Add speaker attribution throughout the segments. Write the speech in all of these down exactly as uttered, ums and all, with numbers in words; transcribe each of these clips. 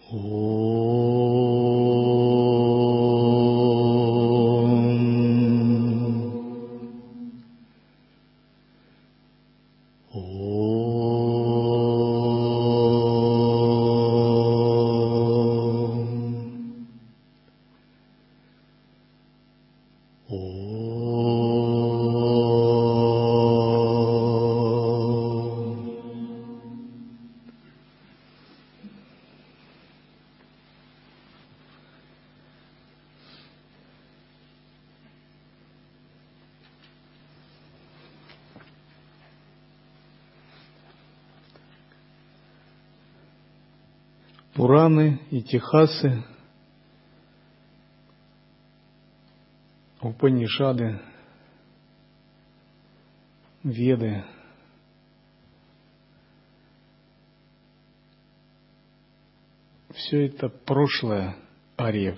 Speaker 1: Пураны, Итихасы, Упанишады, Веды — все это прошлое арьев.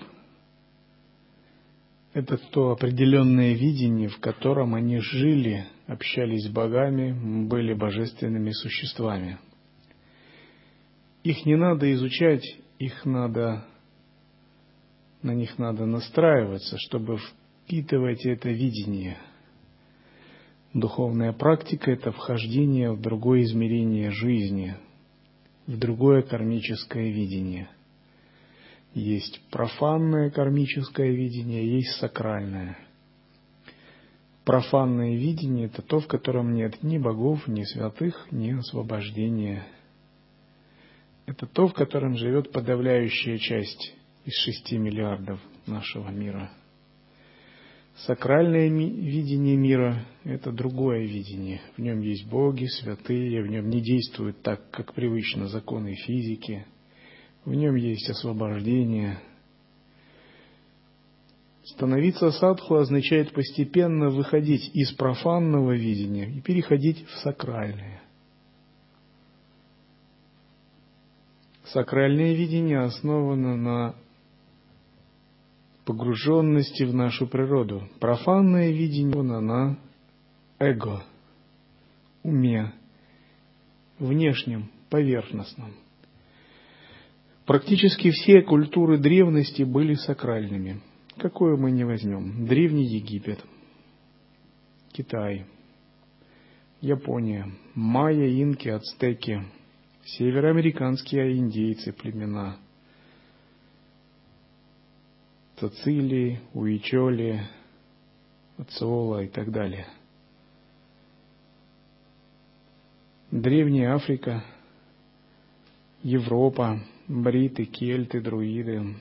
Speaker 1: Это то определенное видение, в котором они жили, общались с богами, были божественными существами. Их не надо изучать, их надо, на них надо настраиваться, чтобы впитывать это видение. Духовная практика — это вхождение в другое измерение жизни, в другое кармическое видение. Есть профанное кармическое видение, есть сакральное. Профанное видение — это то, в котором нет ни богов, ни святых, ни освобождения. Это то, в котором живет подавляющая часть из шести миллиардов нашего мира. Сакральное ми- видение мира — это другое видение. В нем есть боги, святые, в нем не действуют так, как привычно законы физики. В нем есть освобождение. Становиться садху означает постепенно выходить из профанного видения и переходить в сакральное. Сакральное видение основано на погруженности в нашу природу. Профанное видение основано на эго, уме, внешнем, поверхностном. Практически все культуры древности были сакральными. Какое мы не возьмем? Древний Египет, Китай, Япония, майя, инки, ацтеки, североамериканские индейцы, племена, Цицилии, Уичоли, Ациола и так далее. Древняя Африка, Европа, бриты, кельты, друиды,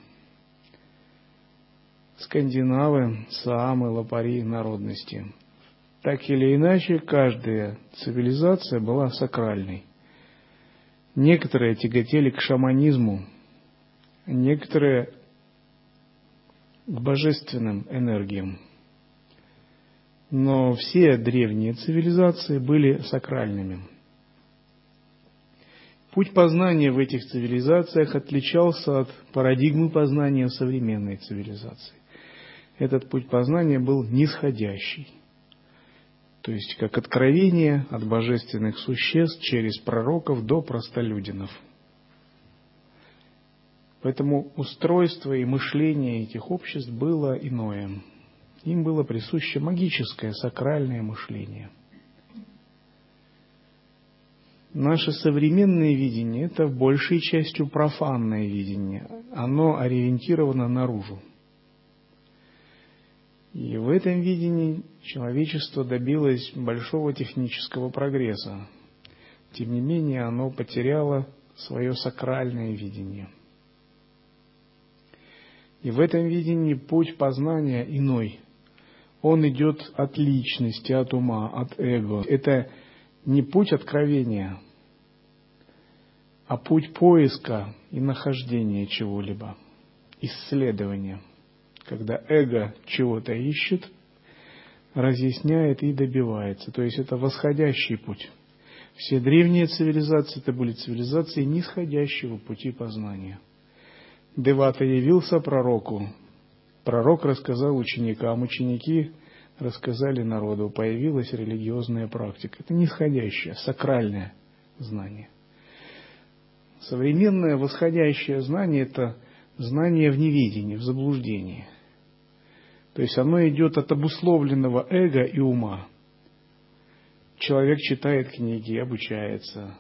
Speaker 1: скандинавы, саамы, лопари, народности. Так или иначе, каждая цивилизация была сакральной. Некоторые тяготели к шаманизму, некоторые к божественным энергиям. Но все древние цивилизации были сакральными. Путь познания в этих цивилизациях отличался от парадигмы познания в современной цивилизации. Этот путь познания был нисходящий. То есть, как откровение от божественных существ через пророков до простолюдинов. Поэтому устройство и мышление этих обществ было иное. Им было присуще магическое, сакральное мышление. Наше современное видение – это большей частью профанное видение. Оно ориентировано наружу. И в этом видении человечество добилось большого технического прогресса. Тем не менее, оно потеряло свое сакральное видение. И в этом видении путь познания иной. Он идет от личности, от ума, от эго. Это не путь откровения, а путь поиска и нахождения чего-либо, исследования. Когда эго чего-то ищет, разъясняет и добивается. То есть это восходящий путь. Все древние цивилизации – это были цивилизации нисходящего пути познания. Девата явился пророку. Пророк рассказал ученикам, ученики рассказали народу. Появилась религиозная практика. Это нисходящее, сакральное знание. Современное восходящее знание – это знание в неведении, в заблуждении. То есть оно идет от обусловленного эго и ума. Человек читает книги, обучается,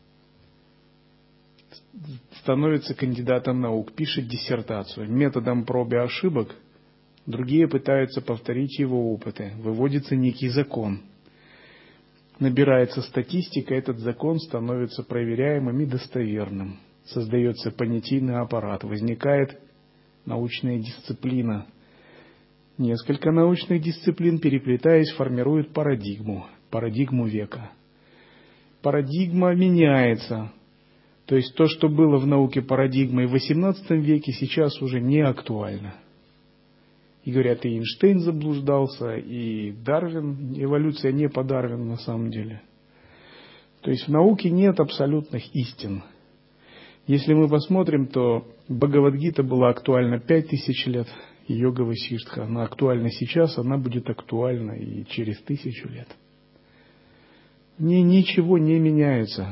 Speaker 1: становится кандидатом наук, пишет диссертацию. Методом проб и ошибок другие пытаются повторить его опыты. Выводится некий закон. Набирается статистика, этот закон становится проверяемым и достоверным. Создается понятийный аппарат, возникает научная дисциплина. Несколько научных дисциплин, переплетаясь, формируют парадигму, парадигму века. Парадигма меняется. То есть то, что было в науке парадигмой в восемнадцатом веке, сейчас уже не актуально. И говорят, и Эйнштейн заблуждался, и Дарвин, эволюция не по Дарвину на самом деле. То есть в науке нет абсолютных истин. Если мы посмотрим, то Бхагавад-гита была актуальна пять тысяч лет, и Йога Васиштха, она актуальна сейчас, она будет актуальна и через тысячу лет. Не, ничего не меняется.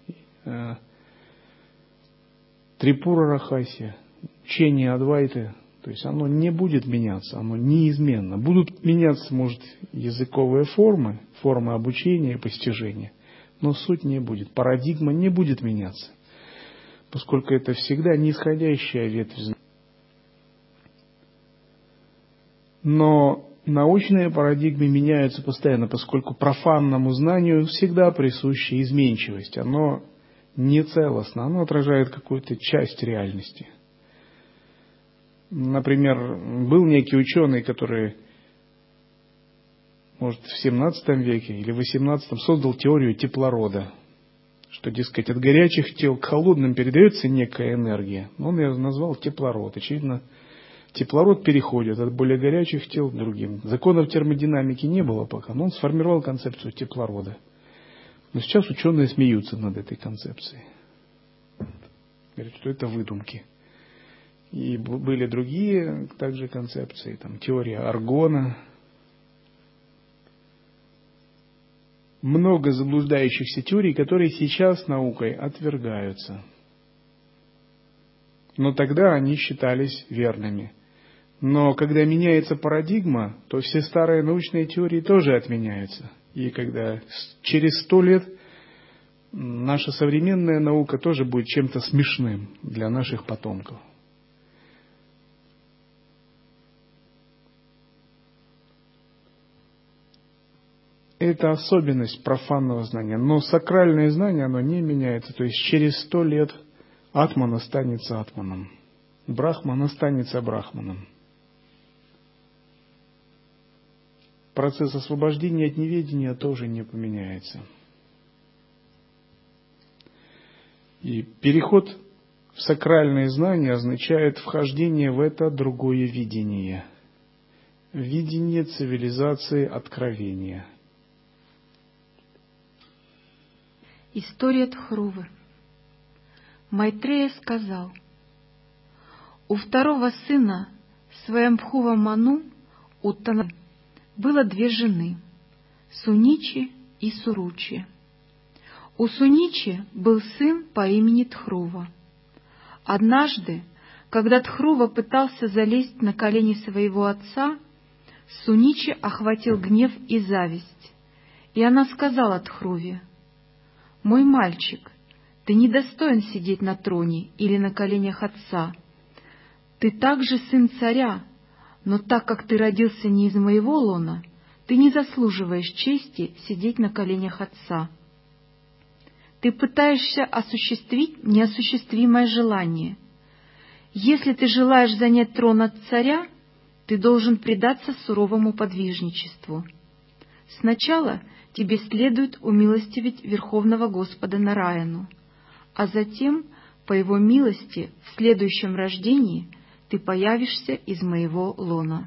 Speaker 1: Трипура Рахасия, учение Адвайты, то есть оно не будет меняться, оно неизменно. Будут меняться, может, языковые формы, формы обучения и постижения, но суть не будет, парадигма не будет меняться, поскольку это всегда нисходящая ветвь. Но научные парадигмы меняются постоянно, поскольку профанному знанию всегда присуща изменчивость. Оно не целостно, оно отражает какую-то часть реальности. Например, был некий ученый, который, может, в семнадцатом веке или восемнадцатом создал теорию теплорода, что, дескать, от горячих тел к холодным передается некая энергия. Он ее назвал теплород. Очевидно, теплород переходит от более горячих тел к другим. Законов термодинамики не было пока, но он сформировал концепцию теплорода. Но сейчас ученые смеются над этой концепцией. Говорят, что это выдумки. И были другие также концепции, там теория аргона. Много заблуждающихся теорий, которые сейчас наукой отвергаются. Но тогда они считались верными. Но когда меняется парадигма, то все старые научные теории тоже отменяются. И когда через сто лет наша современная наука тоже будет чем-то смешным для наших потомков. Это особенность профанного знания. Но сакральное знание, оно не меняется. То есть через сто лет атман останется атманом. Брахман останется брахманом. Процесс освобождения от неведения тоже не поменяется. И переход в сакральное знание означает вхождение в это другое видение. Видение цивилизации откровения.
Speaker 2: История Дхрувы. Майтрея сказал: у второго сына Сваямбхува Ману Уттана было две жены, Суничи и Суручи. У Суничи был сын по имени Дхрува. Однажды, когда Дхрува пытался залезть на колени своего отца, Суничи охватил гнев и зависть, и она сказала Дхруве: «Мой мальчик, ты недостоин сидеть на троне или на коленях отца. Ты также сын царя, но так как ты родился не из моего лона, ты не заслуживаешь чести сидеть на коленях отца. Ты пытаешься осуществить неосуществимое желание. Если ты желаешь занять трон от царя, ты должен предаться суровому подвижничеству. Сначала тебе следует умилостивить Верховного Господа Нараяну, а затем, по его милости, в следующем рождении ты появишься из моего лона».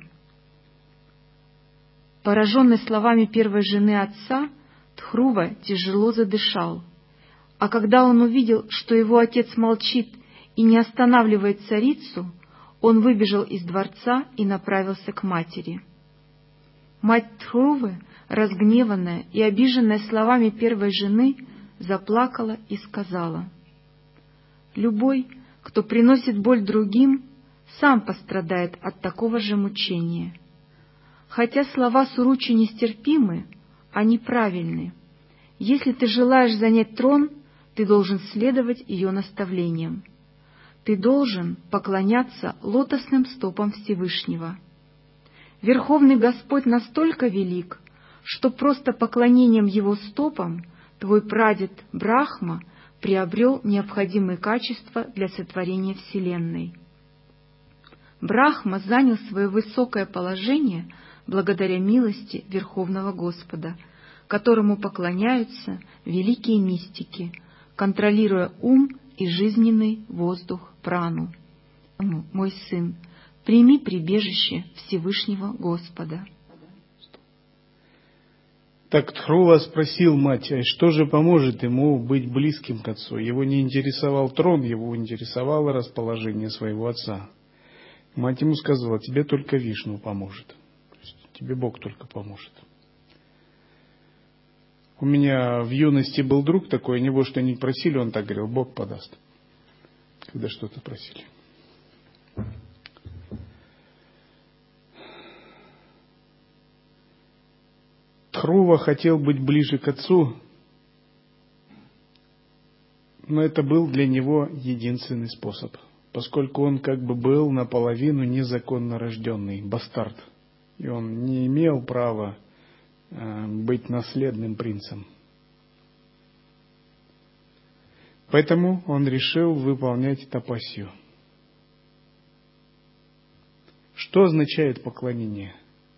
Speaker 2: Пораженный словами первой жены отца, Дхрува тяжело задышал, а когда он увидел, что его отец молчит и не останавливает царицу, он выбежал из дворца и направился к матери. Мать Дхрувы, разгневанная и обиженная словами первой жены, заплакала и сказала: Любой, кто приносит боль другим, сам пострадает от такого же мучения. Хотя слова Суручи нестерпимы, они правильны. Если ты желаешь занять трон, ты должен следовать ее наставлениям. Ты должен поклоняться лотосным стопам Всевышнего. Верховный Господь настолько велик, что просто поклонением Его стопам твой прадед Брахма приобрел необходимые качества для сотворения Вселенной. Брахма занял свое высокое положение благодаря милости Верховного Господа, которому поклоняются великие мистики, контролируя ум и жизненный воздух прану. Мой сын, прими прибежище Всевышнего Господа.
Speaker 1: Так Дхрува спросил мать, а что же поможет ему быть близким к отцу? Его не интересовал трон, его интересовало расположение своего отца. Мать ему сказала, тебе только Вишну поможет. То есть тебе Бог только поможет. У меня в юности был друг такой, у него что-нибудь просили, он так говорил, Бог подаст, когда что-то просили. Дхрува хотел быть ближе к отцу, но это был для него единственный способ, поскольку он как бы был наполовину незаконно рожденный, бастард, и он не имел права быть наследным принцем. Поэтому он решил выполнять тапасью. Что означает поклонение?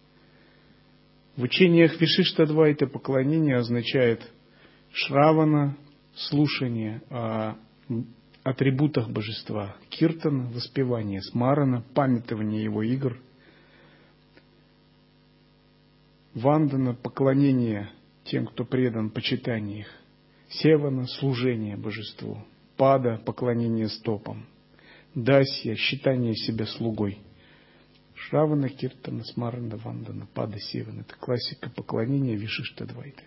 Speaker 1: В учениях Вишиштадвайты поклонение означает шравана, слушание о атрибутах божества, киртана, воспевание, смарана, памятование его игр, вандана, поклонение тем, кто предан почитанию их, севана, служение божеству, пада, поклонение стопам, дасья, считание себя слугой. Шравана, киртана, смарана, вандана, пада, севана. Это классика поклонения Вишиштадвайты.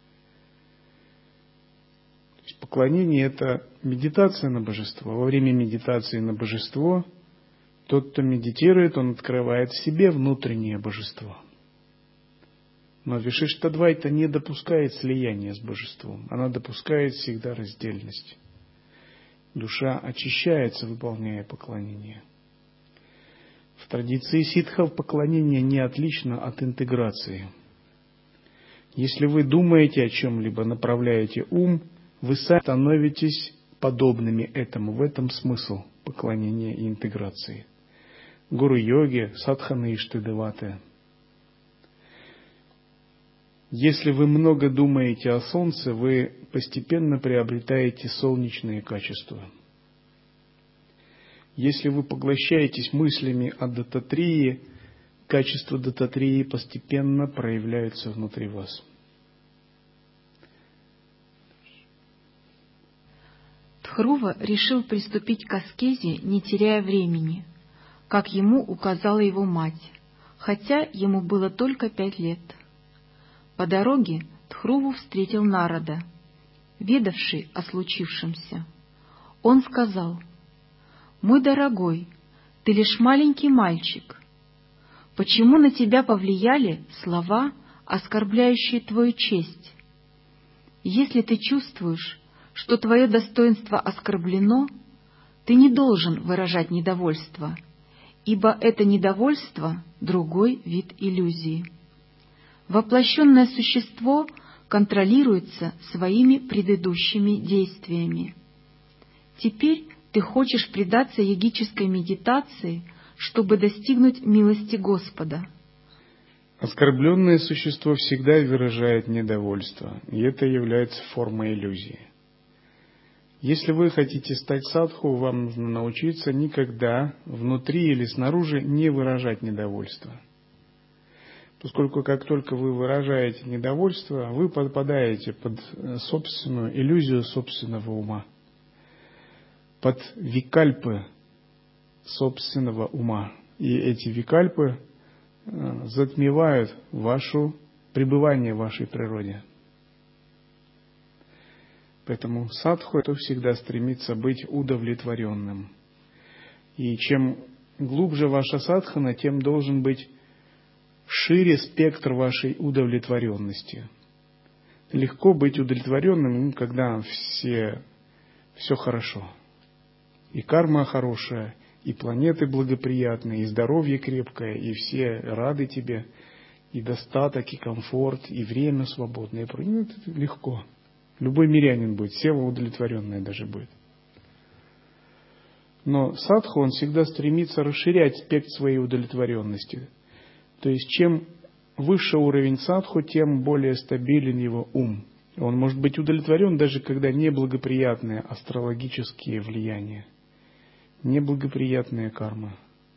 Speaker 1: То есть поклонение – это медитация на божество. Во время медитации на божество тот, кто медитирует, он открывает в себе внутреннее божество. Но Вишиштадвайта не допускает слияния с божеством. Она допускает всегда раздельность. Душа очищается, выполняя поклонение. В традиции ситхов поклонение не отлично от интеграции. Если вы думаете о чем-либо, направляете ум, вы сами становитесь подобными этому. В этом смысл поклонения и интеграции. Гуру-йоги, садханы и штадеваты. Если вы много думаете о солнце, вы постепенно приобретаете солнечные качества. Если вы поглощаетесь мыслями о дататрии, качества дататрии постепенно проявляются внутри вас.
Speaker 2: Дхрува решил приступить к аскезе, не теряя времени, как ему указала его мать, хотя ему было только пять лет. По дороге Дхруву встретил Нарада, ведавший о случившемся. Он сказал: «Мой дорогой, ты лишь маленький мальчик. Почему на тебя повлияли слова, оскорбляющие твою честь? Если ты чувствуешь, что твое достоинство оскорблено, ты не должен выражать недовольство, ибо это недовольство — другой вид иллюзии. Воплощенное существо контролируется своими предыдущими действиями. Теперь ты хочешь предаться йогической медитации, чтобы достигнуть милости Господа».
Speaker 1: Оскорбленное существо всегда выражает недовольство, и это является формой иллюзии. Если вы хотите стать садху, вам нужно научиться никогда внутри или снаружи не выражать недовольство. Поскольку как только вы выражаете недовольство, вы подпадаете под собственную иллюзию собственного ума, под викальпы собственного ума. И эти викальпы затмевают ваше пребывание в вашей природе. Поэтому садху это всегда стремится быть удовлетворенным. И чем глубже ваша садхана, тем должен быть шире спектр вашей удовлетворенности. Легко быть удовлетворенным, когда все, все хорошо. И карма хорошая, и планеты благоприятные, и здоровье крепкое, и все рады тебе, и достаток, и комфорт, и время свободное. Ну, это легко. Любой мирянин будет, сева удовлетворенная даже будет. Но садху, он всегда стремится расширять спектр своей удовлетворенности. То есть, чем выше уровень садху, тем более стабилен его ум. Он может быть удовлетворен, даже когда неблагоприятные астрологические влияния, неблагоприятная карма.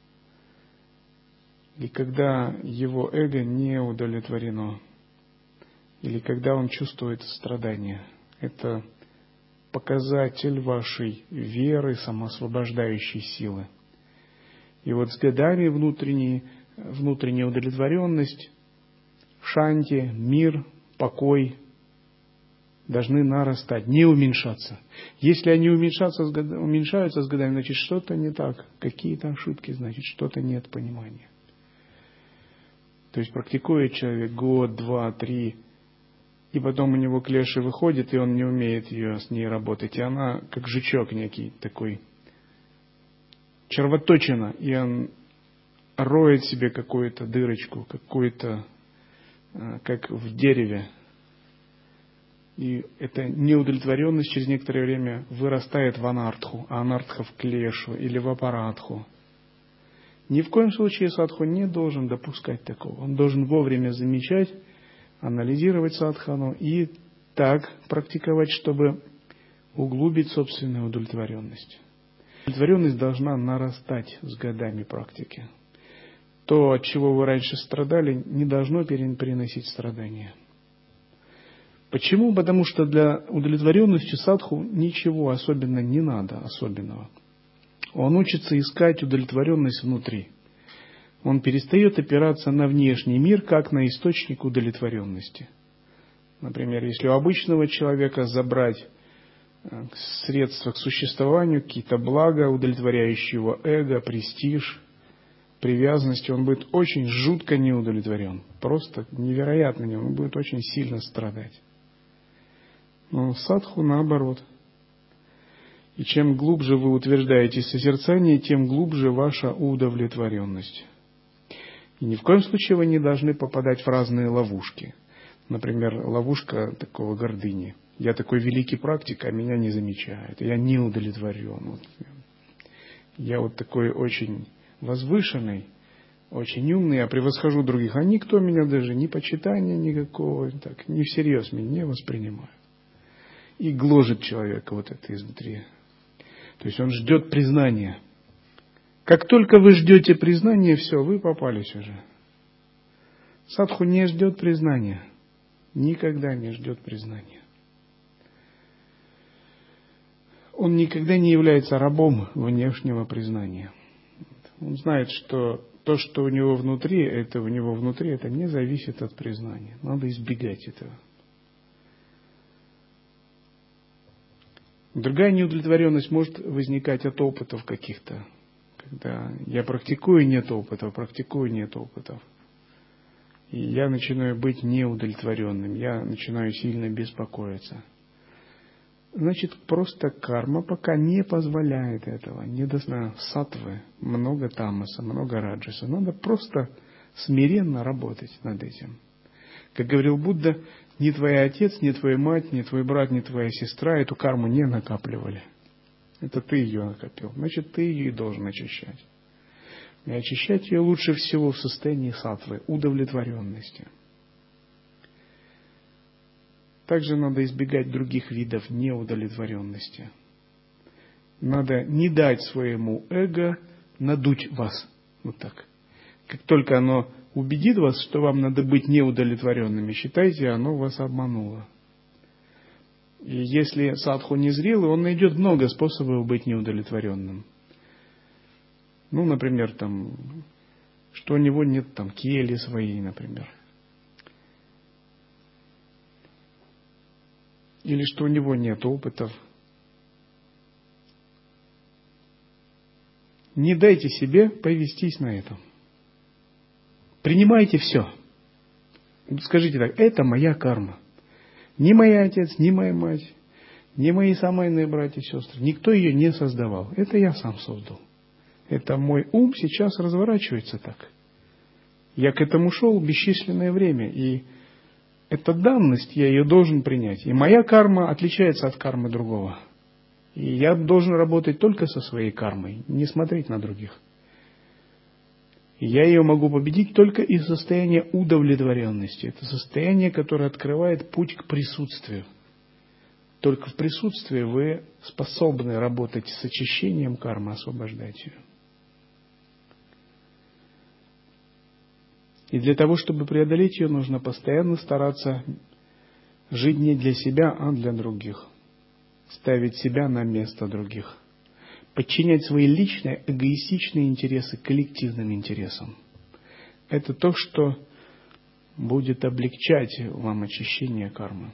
Speaker 1: И когда его эго не удовлетворено, или когда он чувствует страдания. Это показатель вашей веры, самоосвобождающей силы. И вот с годами внутренняя, внутренняя удовлетворенность, шанти, мир, покой должны нарастать, не уменьшаться. Если они уменьшаются с годами, уменьшаются с годами, значит что-то не так, какие-то ошибки, значит что-то нет понимания. То есть практикует человек год, два, три, и потом у него клеша выходит, и он не умеет ее с ней работать. И она как жучок некий такой, червоточина, и он роет себе какую-то дырочку, какую-то, как в дереве. И эта неудовлетворенность через некоторое время вырастает в анартху, а анартха в клешу или в апаратху. Ни в коем случае садху не должен допускать такого. Он должен вовремя замечать, анализировать садхану и так практиковать, чтобы углубить собственную удовлетворенность. Удовлетворенность должна нарастать с годами практики. То, от чего вы раньше страдали, не должно переносить страдания. Почему? Потому что для удовлетворенности садху ничего особенно не надо, особенного. Он учится искать удовлетворенность внутри. Он перестает опираться на внешний мир, как на источник удовлетворенности. Например, если у обычного человека забрать средства к существованию, какие-то блага, удовлетворяющие его эго, престиж, привязанность, он будет очень жутко неудовлетворен. Просто невероятно, он будет очень сильно страдать. Но садху наоборот. И чем глубже вы утверждаете созерцание, тем глубже ваша удовлетворенность. И ни в коем случае вы не должны попадать в разные ловушки. Например, ловушка такого гордыни. Я такой великий практик, а меня не замечают. Я не удовлетворен. Вот. Я вот такой очень возвышенный, очень умный, а превосхожу других. А никто меня даже ни почитания никакого, так, не всерьез меня не воспринимает. И гложет человека вот это изнутри. То есть он ждет признания. Как только вы ждете признания, все, вы попались уже. Садху не ждет признания. Никогда не ждет признания. Он никогда не является рабом внешнего признания. Он знает, что то, что у него внутри, это у него внутри, это не зависит от признания. Надо избегать этого. Другая неудовлетворенность может возникать от опытов каких-то. Когда я практикую, нет опытов, практикую, нет опытов. И я начинаю быть неудовлетворенным, я начинаю сильно беспокоиться. Значит, просто карма пока не позволяет этого. Недостаточно саттвы, много тамаса, много раджаса. Надо просто смиренно работать над этим. Как говорил Будда, ни твой отец, ни твоя мать, ни твой брат, ни твоя сестра эту карму не накапливали. Это ты ее накопил. Значит, ты ее и должен очищать. И очищать ее лучше всего в состоянии саттвы, удовлетворенности. Также надо избегать других видов неудовлетворенности. Надо не дать своему эго надуть вас. Вот так. Как только оно убедит вас, что вам надо быть неудовлетворенными, считайте, оно вас обмануло. И если садху незрелый, он найдет много способов быть неудовлетворенным. Ну, например, там, что у него нет там кели своей, например. или что у него нет опытов. Не дайте себе повестись на этом. Принимайте все. Скажите так: это моя карма. Ни мой отец, ни моя мать, ни мои самые братья и сестры, никто ее не создавал. Это я сам создал. Это мой ум сейчас разворачивается так. Я к этому шел бесчисленное время, и это данность, я ее должен принять. И моя карма отличается от кармы другого. И я должен работать только со своей кармой, не смотреть на других. И я ее могу победить только из состояния удовлетворенности. Это состояние, которое открывает путь к присутствию. Только в присутствии вы способны работать с очищением кармы, освобождать ее. И для того, чтобы преодолеть ее, нужно постоянно стараться жить не для себя, а для других. Ставить себя на место других. Подчинять свои личные, эгоистичные интересы коллективным интересам. Это то, что будет облегчать вам очищение кармы.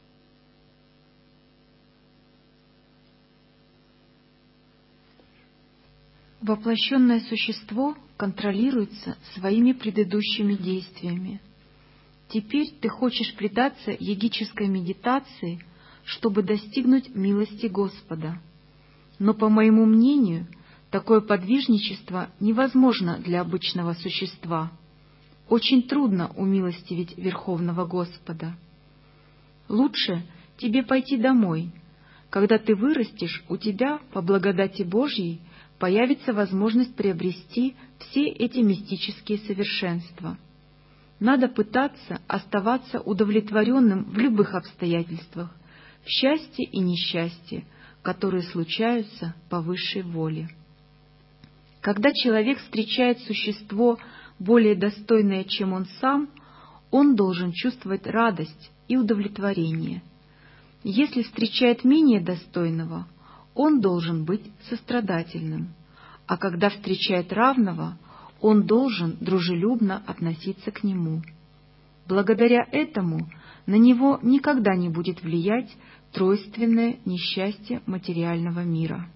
Speaker 2: Воплощенное существо контролируется своими предыдущими действиями. Теперь ты хочешь предаться йогической медитации, чтобы достигнуть милости Господа. Но, по моему мнению, такое подвижничество невозможно для обычного существа. Очень трудно умилостивить Верховного Господа. Лучше тебе пойти домой. Когда ты вырастешь, у тебя, по благодати Божьей, появится возможность приобрести все эти мистические совершенства. Надо пытаться оставаться удовлетворенным в любых обстоятельствах, в счастье и несчастье, которые случаются по высшей воле. Когда человек встречает существо более достойное, чем он сам, он должен чувствовать радость и удовлетворение. Если встречает менее достойного, он должен быть сострадательным, а когда встречает равного, он должен дружелюбно относиться к нему. Благодаря этому на него никогда не будет влиять тройственное несчастье материального мира.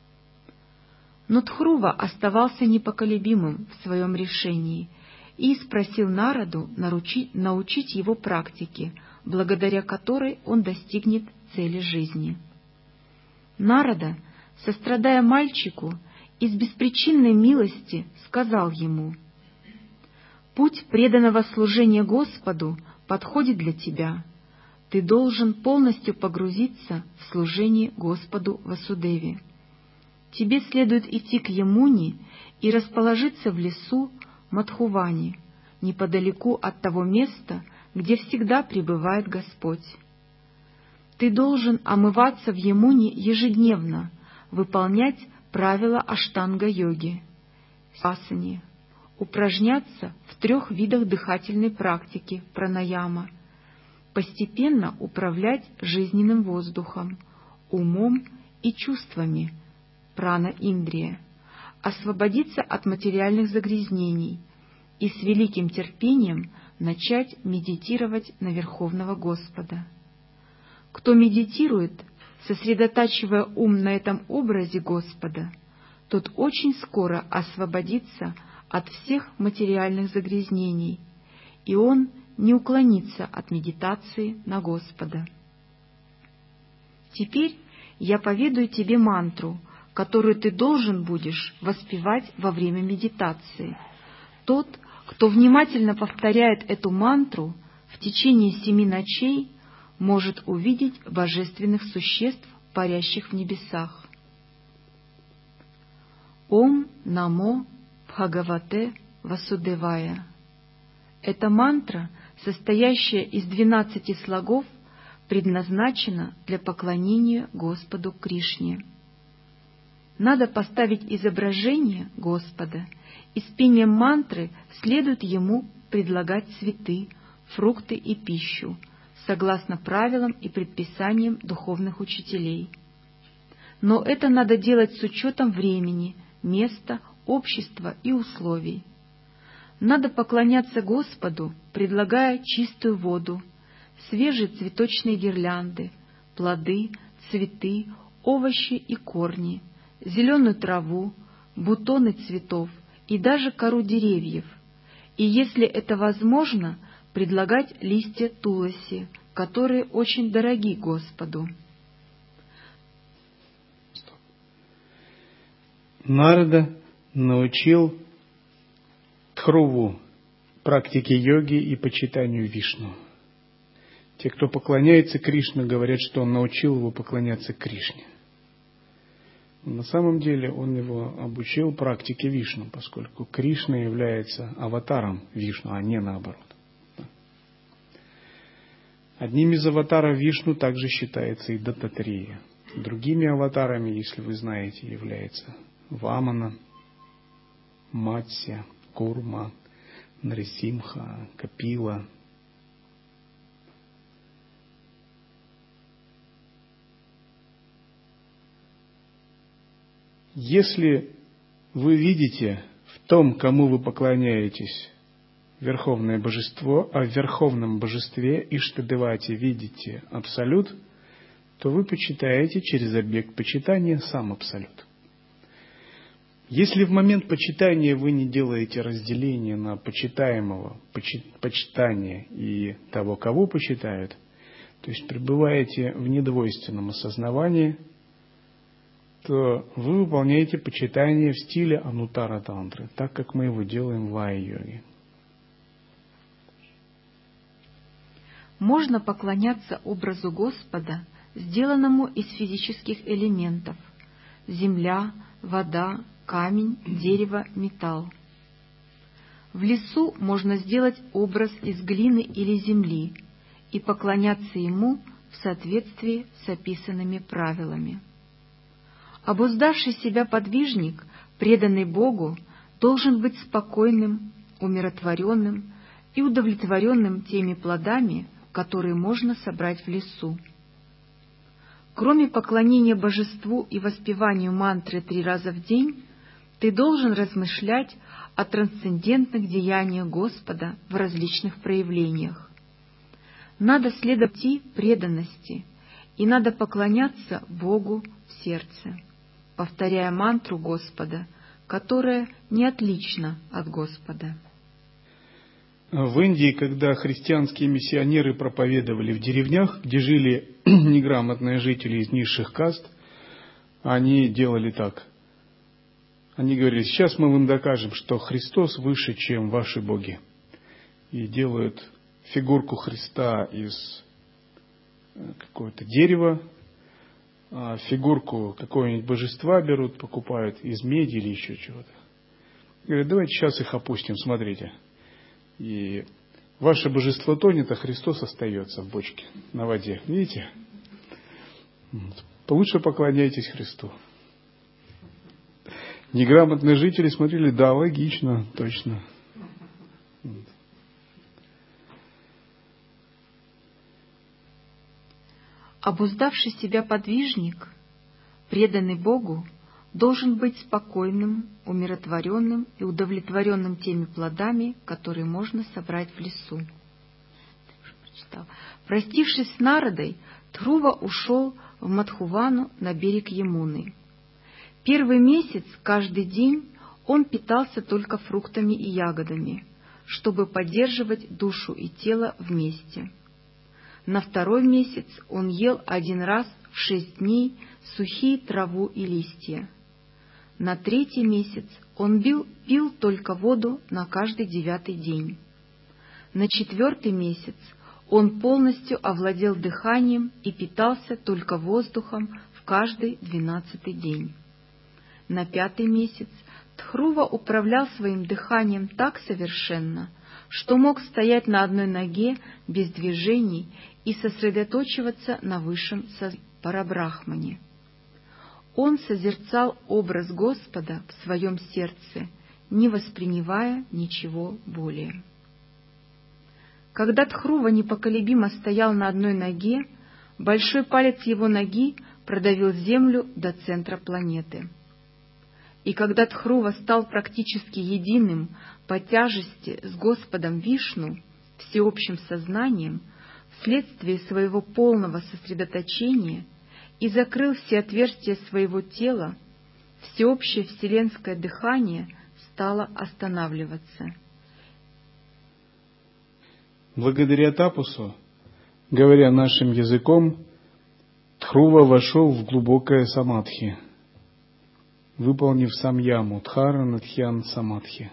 Speaker 2: Но Дхрува оставался непоколебимым в своем решении и спросил Нараду наручить, научить его практике, благодаря которой он достигнет цели жизни. Нарада, сострадая мальчику, из беспричинной милости сказал ему: «Путь преданного служения Господу подходит для тебя. Ты должен полностью погрузиться в служение Господу Васудеве. Тебе следует идти к Ямуне и расположиться в лесу Мадхувани, неподалеку от того места, где всегда пребывает Господь. Ты должен омываться в Ямуне ежедневно, выполнять правила аштанга-йоги, асани, упражняться в трех видах дыхательной практики пранаяма, постепенно управлять жизненным воздухом, умом и чувствами прана-индрия, освободиться от материальных загрязнений и с великим терпением начать медитировать на Верховного Господа. Кто медитирует, сосредотачивая ум на этом образе Господа, тот очень скоро освободится от всех материальных загрязнений, и он не уклонится от медитации на Господа. Теперь я поведаю тебе мантру, которую ты должен будешь воспевать во время медитации. Тот, кто внимательно повторяет эту мантру в течение семи ночей, может увидеть божественных существ, парящих в небесах. Ом Намо Бхагавате Васудевая. Эта мантра, состоящая из двенадцати слогов, предназначена для поклонения Господу Кришне. Надо поставить изображение Господа, и с пением мантры следует Ему предлагать цветы, фрукты и пищу, согласно правилам и предписаниям духовных учителей. Но это надо делать с учетом времени, места, общества и условий. Надо поклоняться Господу, предлагая чистую воду, свежие цветочные гирлянды, плоды, цветы, овощи и корни, зеленую траву, бутоны цветов и даже кору деревьев, и, если это возможно, предлагать листья туласи, которые очень дороги Господу.
Speaker 1: Нарада научил Дхруву практике йоги и почитанию Вишну. Те, кто поклоняется Кришне, говорят, что он научил его поклоняться Кришне. На самом деле он его обучил практике Вишну, поскольку Кришна является аватаром Вишну, а не наоборот. Одним из аватаров Вишну также считается и Даттатрея. Другими аватарами, если вы знаете, являются Вамана, Матсья, Курма, Нарисимха, Капила. Если вы видите в том, кому вы поклоняетесь, Верховное Божество, а в Верховном Божестве Иштадевате видите Абсолют, то вы почитаете через объект почитания сам Абсолют. Если в момент почитания вы не делаете разделения на почитаемого, почитания и того, кого почитают, то есть пребываете в недвойственном осознавании, то вы выполняете почитание в стиле Анутара Тантры, так как мы его делаем в лая-йоге.
Speaker 2: Можно поклоняться образу Господа, сделанному из физических элементов: земля, вода, камень, дерево, металл. В лесу можно сделать образ из глины или земли и поклоняться ему в соответствии с описанными правилами. Обуздавший себя подвижник, преданный Богу, должен быть спокойным, умиротворенным и удовлетворенным теми плодами, которые можно собрать в лесу. Кроме поклонения божеству и воспеванию мантры три раза в день, ты должен размышлять о трансцендентных деяниях Господа в различных проявлениях. Надо следовать пути преданности, и надо поклоняться Богу в сердце, повторяя мантру Господа, которая не отлична от Господа.
Speaker 1: В Индии, когда христианские миссионеры проповедовали в деревнях, где жили неграмотные жители из низших каст, они делали так. Они говорили: сейчас мы вам докажем, что Христос выше, чем ваши боги. И делают фигурку Христа из какого-то дерева, а фигурку какого-нибудь божества берут, покупают из меди или еще чего-то. Говорят: давайте сейчас их опустим, смотрите. И ваше божество тонет, а Христос остается в бочке на воде. Видите? Лучше поклоняйтесь Христу. Неграмотные жители смотрели: да, логично, точно.
Speaker 2: Обуздавший себя подвижник, преданный Богу, должен быть спокойным, умиротворенным и удовлетворенным теми плодами, которые можно собрать в лесу. Простившись с Народой, Дхрува ушел в Мадхувану на берег Ямуны. Первый месяц каждый день он питался только фруктами и ягодами, чтобы поддерживать душу и тело вместе. На второй месяц он ел один раз в шесть дней сухие траву и листья. На третий месяц он бил, пил только воду на каждый девятый день. На четвертый месяц он полностью овладел дыханием и питался только воздухом в каждый двенадцатый день. На пятый месяц Дхрува управлял своим дыханием так совершенно, что мог стоять на одной ноге без движений и сосредоточиваться на высшем Парабрахмане. Он созерцал образ Господа в своем сердце, не воспринимая ничего более. Когда Дхрува непоколебимо стоял на одной ноге, большой палец его ноги продавил землю до центра планеты. И когда Дхрува стал практически единым по тяжести с Господом Вишну, всеобщим сознанием, в вследствие своего полного сосредоточения и закрыл все отверстия своего тела, всеобщее вселенское дыхание стало останавливаться.
Speaker 1: Благодаря тапосу, говоря нашим языком, Дхрува вошел в глубокое самадхи, выполнив самьяму Дхаранатхьян самадхи.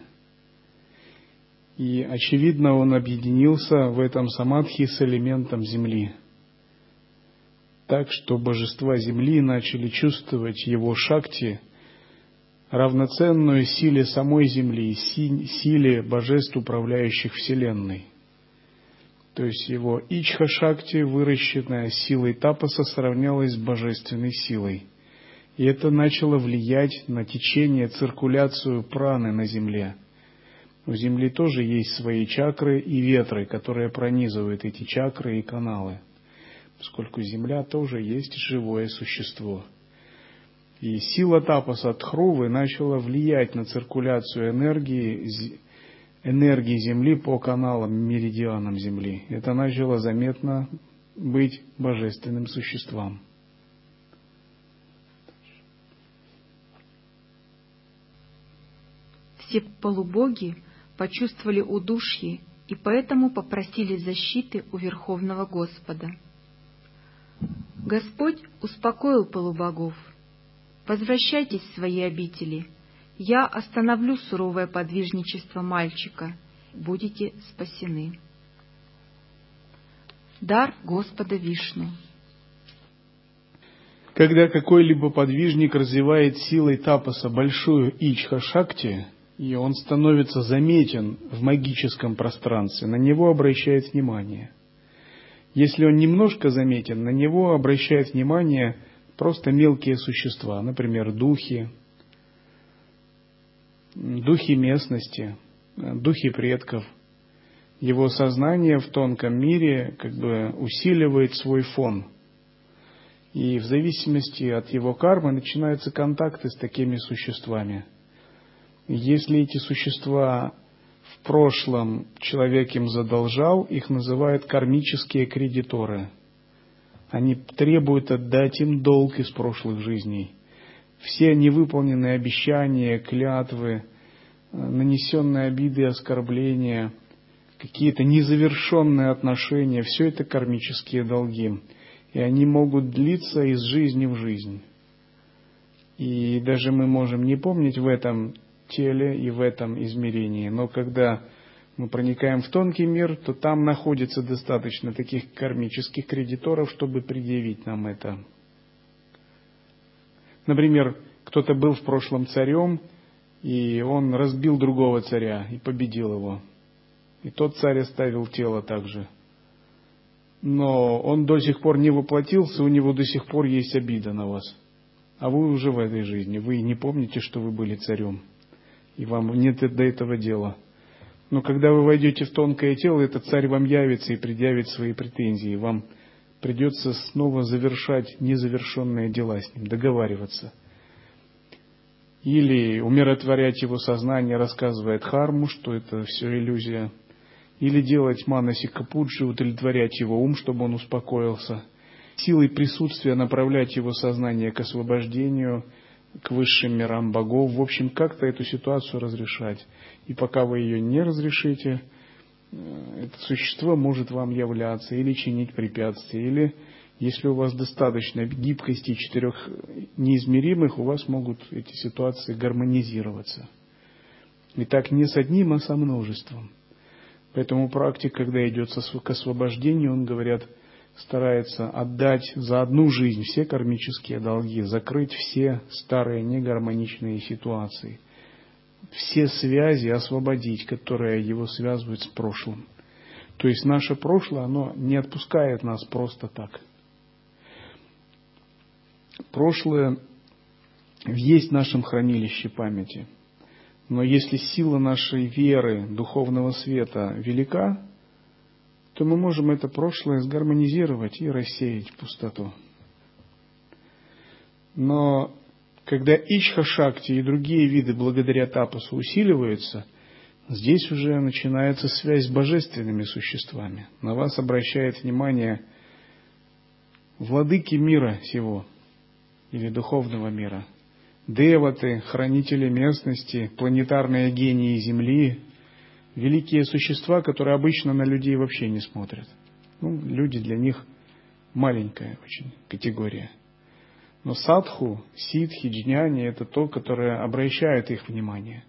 Speaker 1: И, очевидно, он объединился в этом самадхи с элементом земли, так что божества земли начали чувствовать его шакти, равноценную силе самой земли, силе божеств, управляющих вселенной. То есть его ичха-шакти, выращенная силой тапаса, сравнялась с божественной силой. И это начало влиять на течение, циркуляцию праны на земле. У Земли тоже есть свои чакры и ветры, которые пронизывают эти чакры и каналы, поскольку Земля тоже есть живое существо. И сила тапаса Дхрувы начала влиять на циркуляцию энергии, энергии Земли по каналам, меридианам Земли. Это начало заметно быть божественным существом.
Speaker 2: Все полубоги почувствовали удушье и поэтому попросили защиты у Верховного Господа. Господь успокоил полубогов: «Возвращайтесь в свои обители, я остановлю суровое подвижничество мальчика, будете спасены». Дар Господа Вишну.
Speaker 1: Когда какой-либо подвижник развивает силой тапаса большую ичха-шакти, и он становится заметен в магическом пространстве, на него обращает внимание. Если он немножко заметен, на него обращают внимание просто мелкие существа, например, духи, духи местности, духи предков. Его сознание в тонком мире как бы усиливает свой фон. И в зависимости от его кармы начинаются контакты с такими существами. Если эти существа в прошлом человек им задолжал, их называют кармические кредиторы. Они требуют отдать им долг из прошлых жизней. Все невыполненные обещания, клятвы, нанесенные обиды и оскорбления, какие-то незавершенные отношения, все это кармические долги. И они могут длиться из жизни в жизнь. И даже мы можем не помнить в этом теле и в этом измерении. Но когда мы проникаем в тонкий мир, то там находится достаточно таких кармических кредиторов, чтобы предъявить нам это. Например, кто-то был в прошлом царем, и он разбил другого царя и победил его. И тот царь оставил тело также. Но он до сих пор не воплотился, у него до сих пор есть обида на вас. А вы уже в этой жизни, вы не помните, что вы были царем. И вам нет до этого дела. Но когда вы войдете в тонкое тело, этот царь вам явится и предъявит свои претензии. Вам придется снова завершать незавершенные дела с ним, договариваться. Или умиротворять его сознание, рассказывая дхарму, что это все иллюзия. Или делать манасика пуджи, удовлетворять его ум, чтобы он успокоился. Силой присутствия направлять его сознание к освобождению, к высшим мирам богов, в общем, как-то эту ситуацию разрешать. И пока вы ее не разрешите, это существо может вам являться или чинить препятствия, или, если у вас достаточно гибкости четырех неизмеримых, у вас могут эти ситуации гармонизироваться. И так не с одним, а со множеством. Поэтому практик, когда идет к освобождению, он, говорят, старается отдать за одну жизнь все кармические долги, закрыть все старые негармоничные ситуации, все связи освободить, которые его связывают с прошлым. То есть наше прошлое, оно не отпускает нас просто так. Прошлое есть в нашем хранилище памяти. Но если сила нашей веры, духовного света велика, то мы можем это прошлое сгармонизировать и рассеять в пустоту. Но когда ичха-шакти и другие виды благодаря тапасу усиливаются, здесь уже начинается связь с божественными существами. На вас обращает внимание владыки мира сего или духовного мира, деваты, хранители местности, планетарные гении Земли, великие существа, которые обычно на людей вообще не смотрят. Ну, люди для них маленькая очень категория. Но садху, ситхи, джняни – это то, которое обращает их внимание.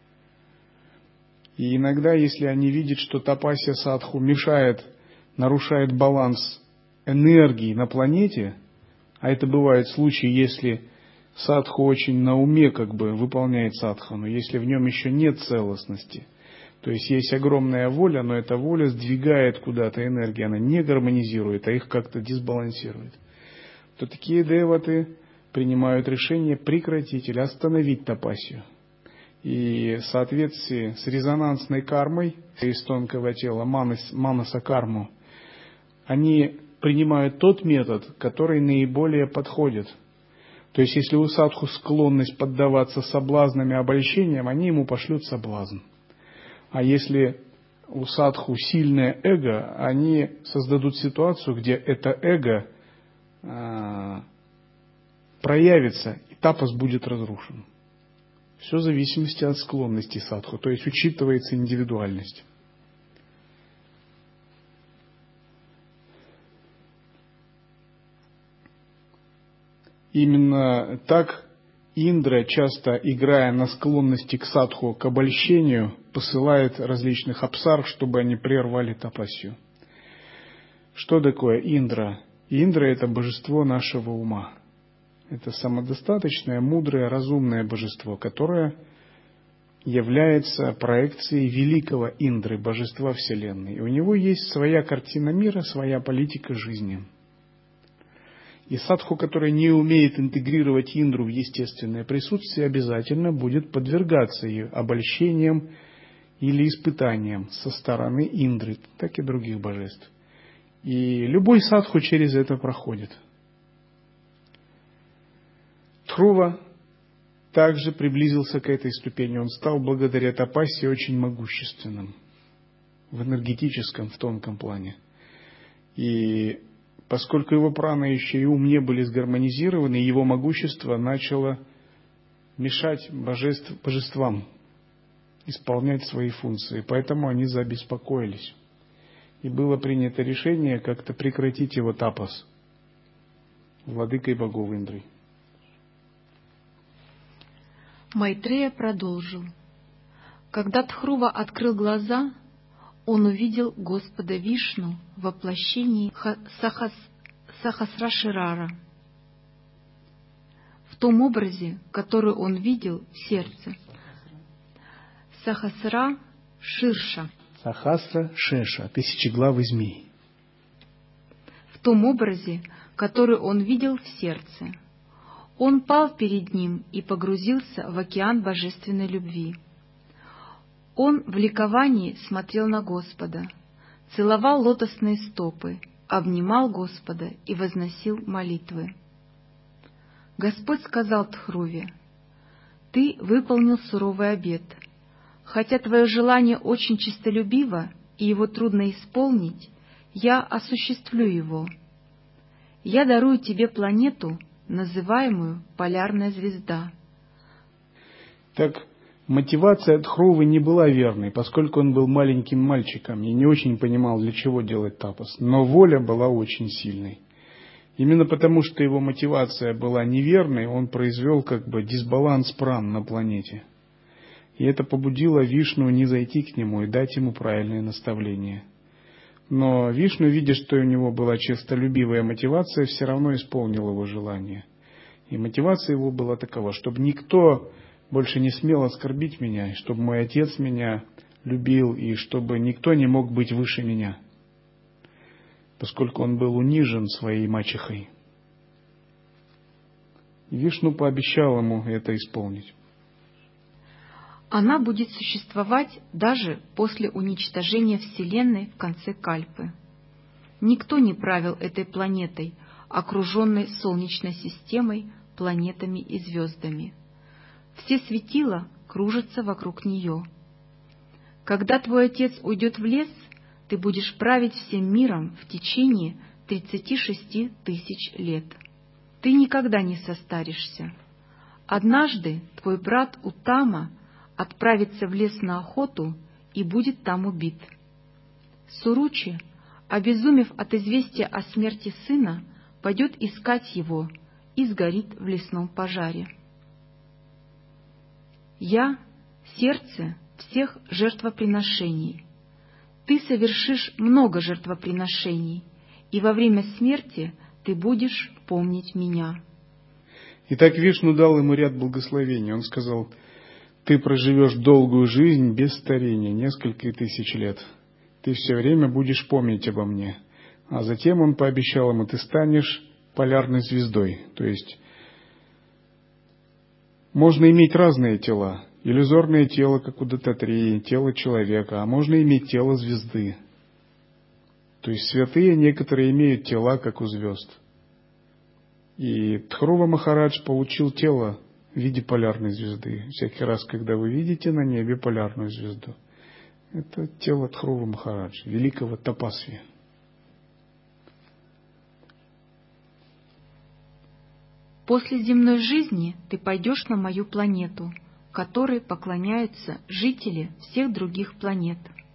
Speaker 1: И иногда, если они видят, что тапасия садху мешает, нарушает баланс энергии на планете, а это бывает случаи, если садху очень на уме как бы выполняет садхану, если в нем еще нет целостности, то есть есть огромная воля, но эта воля сдвигает куда-то энергии, она не гармонизирует, а их как-то дисбалансирует, то такие деваты принимают решение прекратить или остановить тапасию. И в соответствии с резонансной кармой из тонкого тела, манас, манаса карму, они принимают тот метод, который наиболее подходит. То есть, если у садху склонность поддаваться соблазнам и обольщениям, они ему пошлют соблазн. А если у садху сильное эго, они создадут ситуацию, где это эго а, проявится, и тапас будет разрушен. Все в зависимости от склонности садху, то есть учитывается индивидуальность. Именно так Индра, часто играя на склонности к садху, к обольщению, посылает различных апсар, чтобы они прервали тапасию. Что такое Индра? Индра – это божество нашего ума. Это самодостаточное, мудрое, разумное божество, которое является проекцией великого Индры, божества Вселенной. И у него есть своя картина мира, своя политика жизни. И садху, который не умеет интегрировать Индру в естественное присутствие, обязательно будет подвергаться ее обольщениям или испытаниям со стороны Индры, так и других божеств. И любой садху через это проходит. Трува также приблизился к этой ступени. Он стал благодаря тапасе очень могущественным в энергетическом, в тонком плане. И поскольку его прана еще и ум не были сгармонизированы, его могущество начало мешать божеств, божествам исполнять свои функции. Поэтому они забеспокоились. И было принято решение как-то прекратить его тапас владыкой богов Индрой.
Speaker 2: Майтрея продолжил. Когда Дхрува открыл глаза, он увидел Господа Вишну в воплощении Сахас, Сахасраширара. В том образе, который он видел в сердце. Сахасра Ширша.
Speaker 1: Сахасра Шеша, тысячеглавый змей.
Speaker 2: В том образе, который он видел в сердце. Он пал перед ним и погрузился в океан божественной любви. Он в ликовании смотрел на Господа, целовал лотосные стопы, обнимал Господа и возносил молитвы. Господь сказал Дхруве: «Ты выполнил суровый обет. Хотя твое желание очень честолюбиво и его трудно исполнить, я осуществлю его. Я дарую тебе планету, называемую Полярная звезда».
Speaker 1: Так, мотивация Дхрувы не была верной, поскольку он был маленьким мальчиком и не очень понимал, для чего делать тапас. Но воля была очень сильной. Именно потому, что его мотивация была неверной, он произвел как бы дисбаланс пран на планете. И это побудило Вишну не зайти к нему и дать ему правильные наставления. Но Вишну, видя, что у него была честолюбивая мотивация, все равно исполнил его желание. И мотивация его была такова: чтобы никто больше не смел оскорбить меня, и чтобы мой отец меня любил, и чтобы никто не мог быть выше меня, поскольку он был унижен своей мачехой. И Вишну пообещал ему это исполнить.
Speaker 2: Она будет существовать даже после уничтожения Вселенной в конце Кальпы. Никто не правил этой планетой, окруженной Солнечной системой, планетами и звездами. Все светила кружатся вокруг нее. Когда твой отец уйдет в лес, ты будешь править всем миром в течение тридцати шести тысяч лет. Ты никогда не состаришься. Однажды твой брат Утама отправится в лес на охоту и будет там убит. Суручи, обезумев от известия о смерти сына, пойдет искать его и сгорит в лесном пожаре. Я — сердце всех жертвоприношений. Ты совершишь много жертвоприношений, и во время смерти ты будешь помнить меня.
Speaker 1: Итак, Вишну дал ему ряд благословений. Он сказал: ты проживешь долгую жизнь без старения, несколько тысяч лет. Ты все время будешь помнить обо мне. А затем он пообещал ему: ты станешь полярной звездой. То есть можно иметь разные тела. Иллюзорное тело, как у Даттатреи, тело человека, а можно иметь тело звезды. То есть святые некоторые имеют тела, как у звезд. И Дхрува Махарадж получил тело в виде полярной звезды. Всякий раз, когда вы видите на небе полярную звезду, это тело Дхрува Махараджа, великого Тапасви.
Speaker 2: После земной жизни ты пойдешь на мою планету, которой поклоняются жители всех других планет.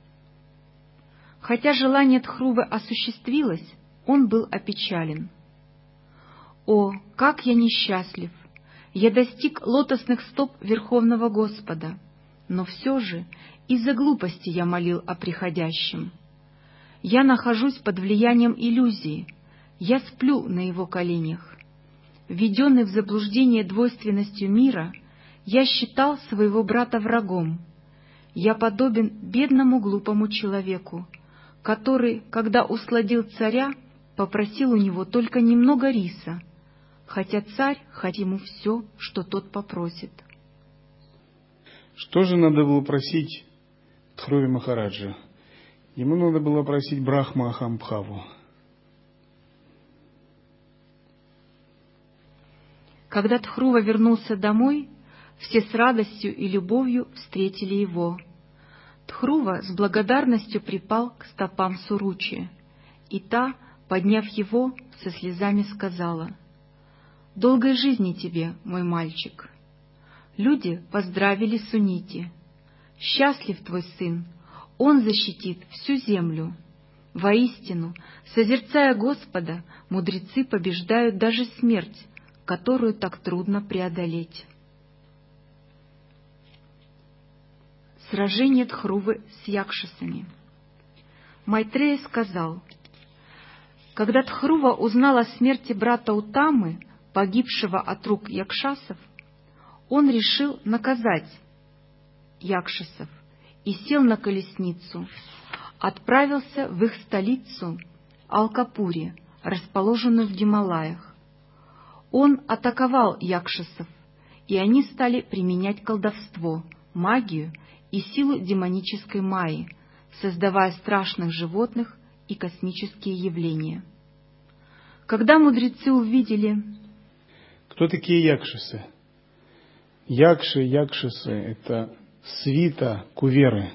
Speaker 2: Хотя желание Дхрувы осуществилось, он был опечален. О, как я несчастлив! Я достиг лотосных стоп Верховного Господа, но все же из-за глупости я молил о приходящем. Я нахожусь под влиянием иллюзии, я сплю на его коленях. Введенный в заблуждение двойственностью мира, я считал своего брата врагом. Я подобен бедному глупому человеку, который, когда усладил царя, попросил у него только немного риса, хотя царь хоть ему все, что тот попросит.
Speaker 1: Что же надо было просить Дхруве Махараджа? Ему надо было просить Брахма Ахамбхаву.
Speaker 2: Когда Дхрува вернулся домой, все с радостью и любовью встретили его. Дхрува с благодарностью припал к стопам Суручи, и та, подняв его, со слезами сказала: «Долгой жизни тебе, мой мальчик». Люди поздравили Сунити. «Счастлив твой сын, он защитит всю землю». Воистину, созерцая Господа, мудрецы побеждают даже смерть, которую так трудно преодолеть. Сражение Дхрувы с якшасами. Майтрея сказал: когда Дхрува узнал о смерти брата Утамы, погибшего от рук якшасов, он решил наказать якшасов и сел на колесницу, отправился в их столицу Алкапури, расположенную в Гималаях. Он атаковал якшасов, и они стали применять колдовство, магию и силу демонической майи, создавая страшных животных и космические явления. Когда мудрецы увидели...
Speaker 1: Кто такие якшасы? Якши, якшасы — это свита Куверы.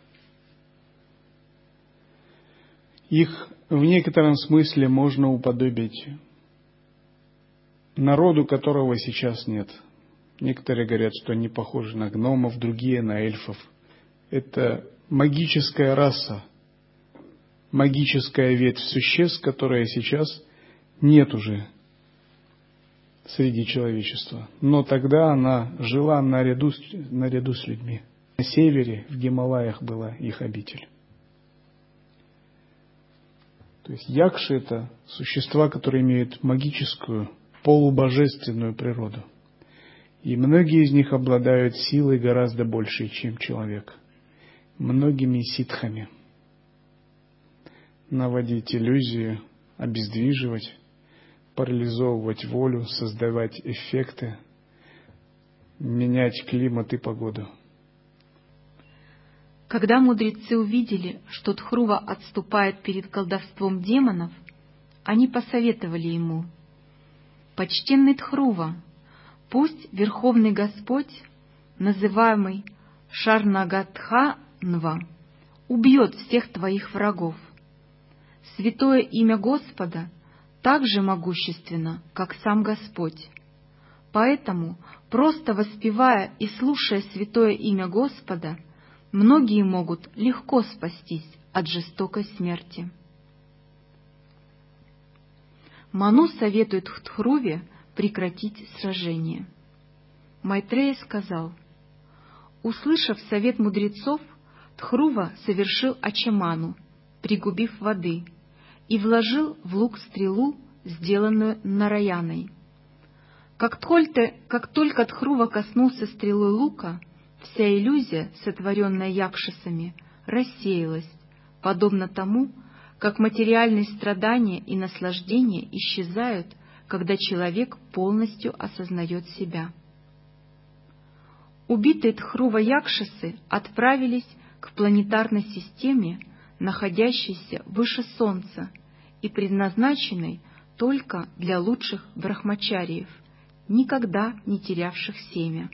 Speaker 1: Их в некотором смысле можно уподобить народу, которого сейчас нет. Некоторые говорят, что они похожи на гномов, другие — на эльфов. Это магическая раса, магическая ветвь существ, которая сейчас нет уже среди человечества. Но тогда она жила наряду с, наряду с людьми. На севере, в Гималаях, была их обитель. То есть якши — это существа, которые имеют магическую, полубожественную природу. И многие из них обладают силой гораздо большей, чем человек. Многими ситхами. Наводить иллюзию, обездвиживать, парализовывать волю, создавать эффекты, менять климат и погоду.
Speaker 2: Когда мудрецы увидели, что Дхрува отступает перед колдовством демонов, они посоветовали ему: «Почтенный Дхрува, пусть Верховный Господь, называемый Шарнагадханва, убьет всех твоих врагов. Святое имя Господа так же могущественно, как сам Господь. Поэтому, просто воспевая и слушая святое имя Господа, многие могут легко спастись от жестокой смерти. Ману советует Тхруве прекратить сражение. Майтрея сказал: услышав совет мудрецов, Тхрува совершил ачаману, пригубив воды, и вложил в лук стрелу, сделанную Нараяной. Как только, как только Тхрува коснулся стрелой лука, вся иллюзия, сотворенная якшасами, рассеялась, подобно тому, как материальные страдания и наслаждения исчезают, когда человек полностью осознает себя. Убитые Тхрува якшасы отправились к планетарной системе, находящейся выше Солнца и предназначенной только для лучших брахмачариев, никогда не терявших семя.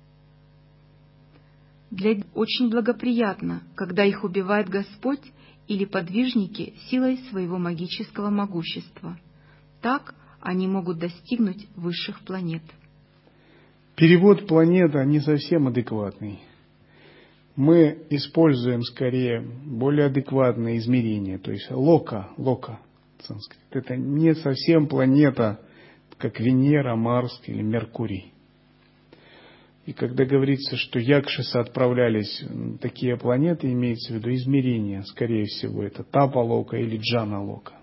Speaker 2: Для очень благоприятно, когда их убивает Господь или подвижники силой своего магического могущества. Так они могут достигнуть высших планет.
Speaker 1: Перевод «планета» не совсем адекватный. Мы используем скорее более адекватное измерение, то есть лока, лока, санскрит. Это не совсем планета, как Венера, Марс или Меркурий. И когда говорится, что якшасы отправлялись на такие планеты, имеется в виду измерение, скорее всего, это Тапа-лока или Джана-лока.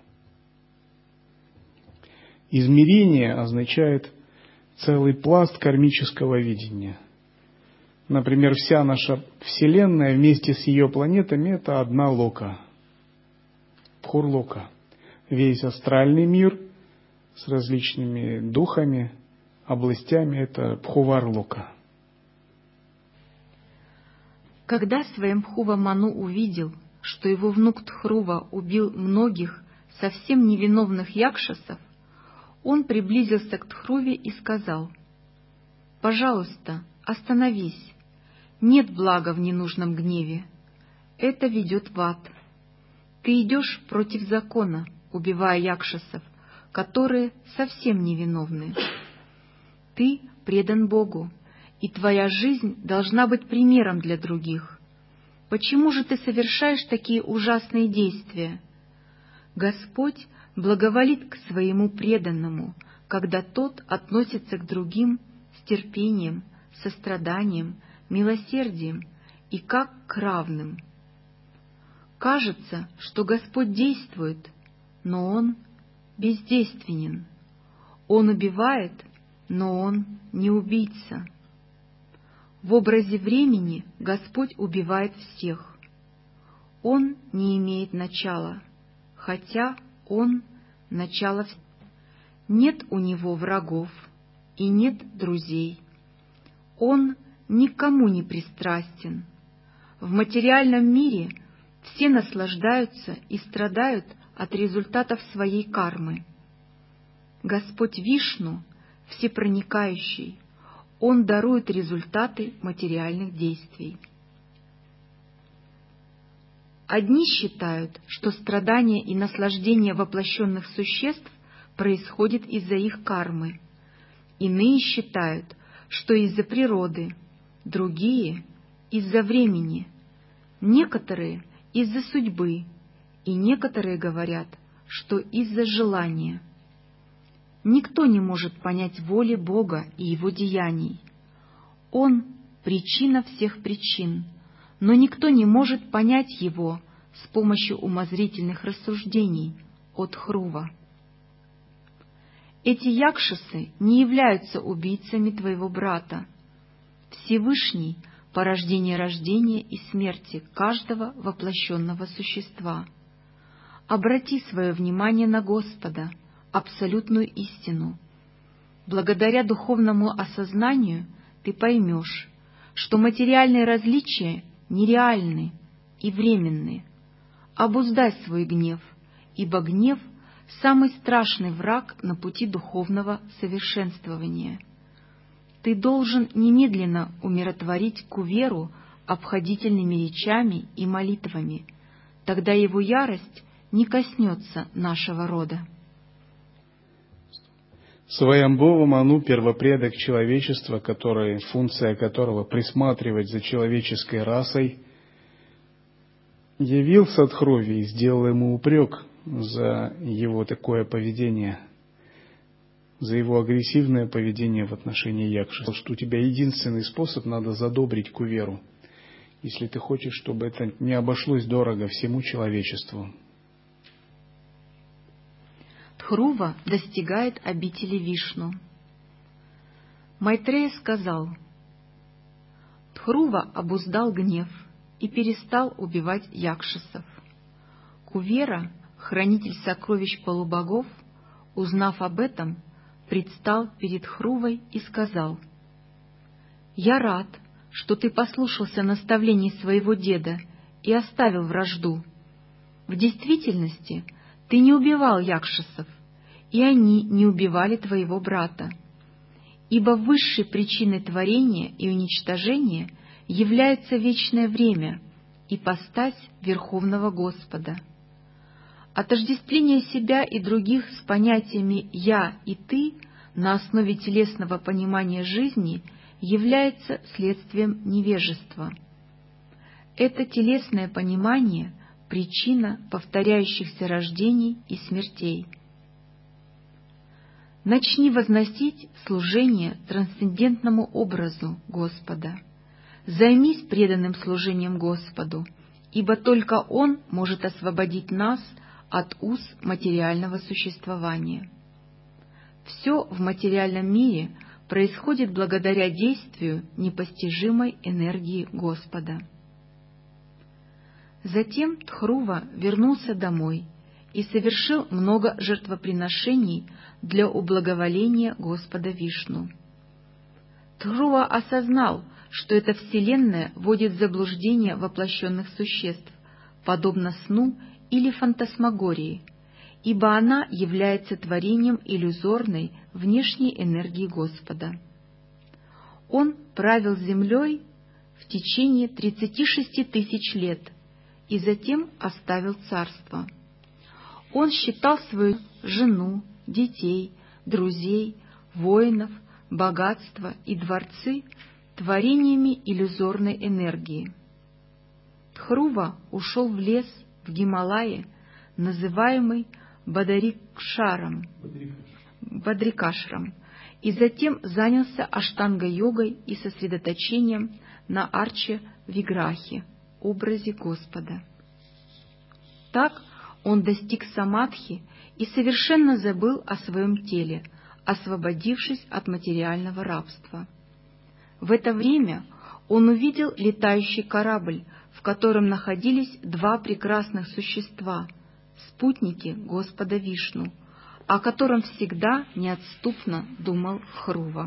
Speaker 1: Измерение означает целый пласт кармического видения. Например, вся наша Вселенная вместе с ее планетами – это одна лока, Пхур-лока. Весь астральный мир с различными духами, областями – это Пхувар-лока.
Speaker 2: Когда Сваямбхува Ману увидел, что его внук Тхрува убил многих совсем невиновных якшасов, он приблизился к Тхруве и сказал: «Пожалуйста, остановись. Нет блага в ненужном гневе. Это ведет в ад. Ты идешь против закона, убивая якшасов, которые совсем невиновны. Ты предан Богу, и твоя жизнь должна быть примером для других. Почему же ты совершаешь такие ужасные действия? Господь благоволит к своему преданному, когда тот относится к другим с терпением, состраданием, милосердием и как к равным. Кажется, что Господь действует, но Он бездейственен. Он убивает, но Он не убийца. В образе времени Господь убивает всех. Он не имеет начала, хотя Он — начало всего. Нет у Него врагов и нет друзей. Он никому не пристрастен. В материальном мире все наслаждаются и страдают от результатов своей кармы. Господь Вишну — всепроникающий, Он дарует результаты материальных действий. Одни считают, что страдания и наслаждения воплощенных существ происходят из-за их кармы. Иные считают, что из-за природы, другие — из-за времени, некоторые — из-за судьбы, и некоторые говорят, что из-за желания. Никто не может понять воли Бога и Его деяний. Он — причина всех причин, но никто не может понять Его с помощью умозрительных рассуждений от Тхрува. Эти якшасы не являются убийцами твоего брата. Всевышний — порождение рождения и смерти каждого воплощенного существа. Обрати свое внимание на Господа, абсолютную истину. Благодаря духовному осознанию ты поймешь, что материальные различия нереальны и временны. Обуздай свой гнев, ибо гнев — самый страшный враг на пути духовного совершенствования. Ты должен немедленно умиротворить куверу обходительными речами и молитвами, тогда его ярость не коснется нашего рода.
Speaker 1: Сваямбхава Ману, первопредок человечества, который, функция которого присматривать за человеческой расой, явил Садхруви и сделал ему упрек за его такое поведение, за его агрессивное поведение в отношении Якши, что у тебя единственный способ — надо задобрить Куверу, если ты хочешь, чтобы это не обошлось дорого всему человечеству.
Speaker 2: Дхрува достигает обители Вишну. Майтрея сказал: Дхрува обуздал гнев и перестал убивать якшасов. Кувера, хранитель сокровищ полубогов, узнав об этом, предстал перед Дхрувой и сказал: «Я рад, что ты послушался наставлений своего деда и оставил вражду. В действительности ты не убивал якшасов, и они не убивали твоего брата, ибо высшей причиной творения и уничтожения является вечное время, ипостась Верховного Господа. Отождествление себя и других с понятиями «я» и «ты» на основе телесного понимания жизни является следствием невежества. Это телесное понимание — причина повторяющихся рождений и смертей. Начни возносить служение трансцендентному образу Господа. Займись преданным служением Господу, ибо только Он может освободить нас от уз материального существования. Все в материальном мире происходит благодаря действию непостижимой энергии Господа. Затем Дхрува вернулся домой и совершил много жертвоприношений для ублаговоления Господа Вишну. Дхрува осознал, что эта вселенная вводит в заблуждение воплощенных существ, подобно сну или фантасмагории, ибо она является творением иллюзорной внешней энергии Господа. Он правил землей в течение тридцати шести тысяч лет и затем оставил царство. Он считал свою жену, детей, друзей, воинов, богатство и дворцы творениями иллюзорной энергии. Дхрува ушел в лес в Гималае, называемый Бадарикшаром, Бадрикашрам, и затем занялся аштанга-йогой и сосредоточением на арче Виграхе, образе Господа. Так он достиг самадхи и совершенно забыл о своем теле, освободившись от материального рабства. В это время он увидел летающий корабль, в котором находились два прекрасных существа, спутники Господа Вишну, о котором всегда неотступно думал Дхрува.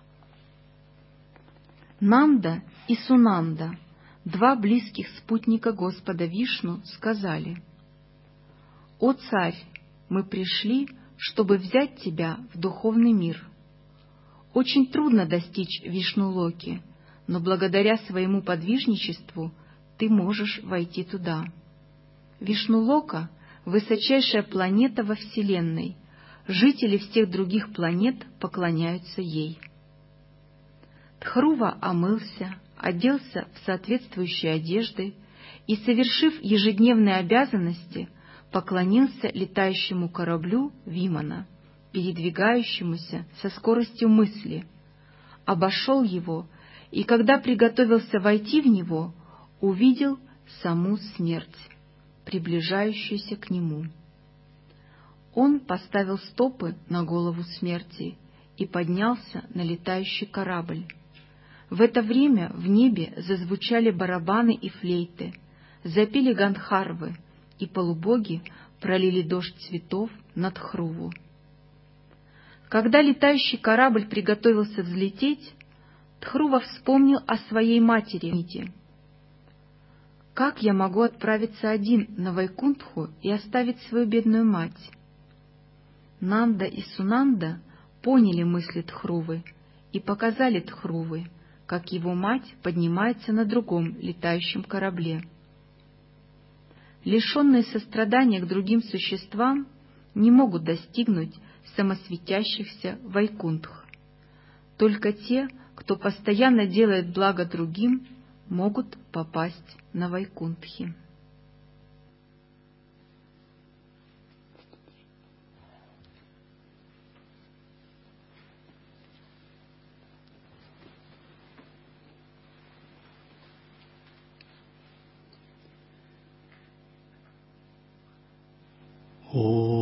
Speaker 2: Нанда и Сунанда, два близких спутника Господа Вишну, сказали: «О царь, мы пришли, чтобы взять тебя в духовный мир. Очень трудно достичь Вишну-локи, но благодаря своему подвижничеству ты можешь войти туда. Вишну-лока — высочайшая планета во Вселенной, жители всех других планет поклоняются ей». Дхрува омылся, оделся в соответствующие одежды и, совершив ежедневные обязанности, поклонился летающему кораблю Вимана, передвигающемуся со скоростью мысли, обошел его и, когда приготовился войти в него, увидел саму смерть, приближающуюся к нему. Он поставил стопы на голову смерти и поднялся на летающий корабль. В это время в небе зазвучали барабаны и флейты, запели гандхарвы, и полубоги пролили дождь цветов над Дхруву. Когда летающий корабль приготовился взлететь, Дхрува вспомнил о своей матери. «Как я могу отправиться один на Вайкунтху и оставить свою бедную мать?» Нанда и Сунанда поняли мысли Дхрувы и показали Дхрувы, как его мать поднимается на другом летающем корабле. Лишенные сострадания к другим существам не могут достигнуть самосветящихся вайкунтх. Только те, кто постоянно делает благо другим, могут попасть на вайкунтхи.
Speaker 1: О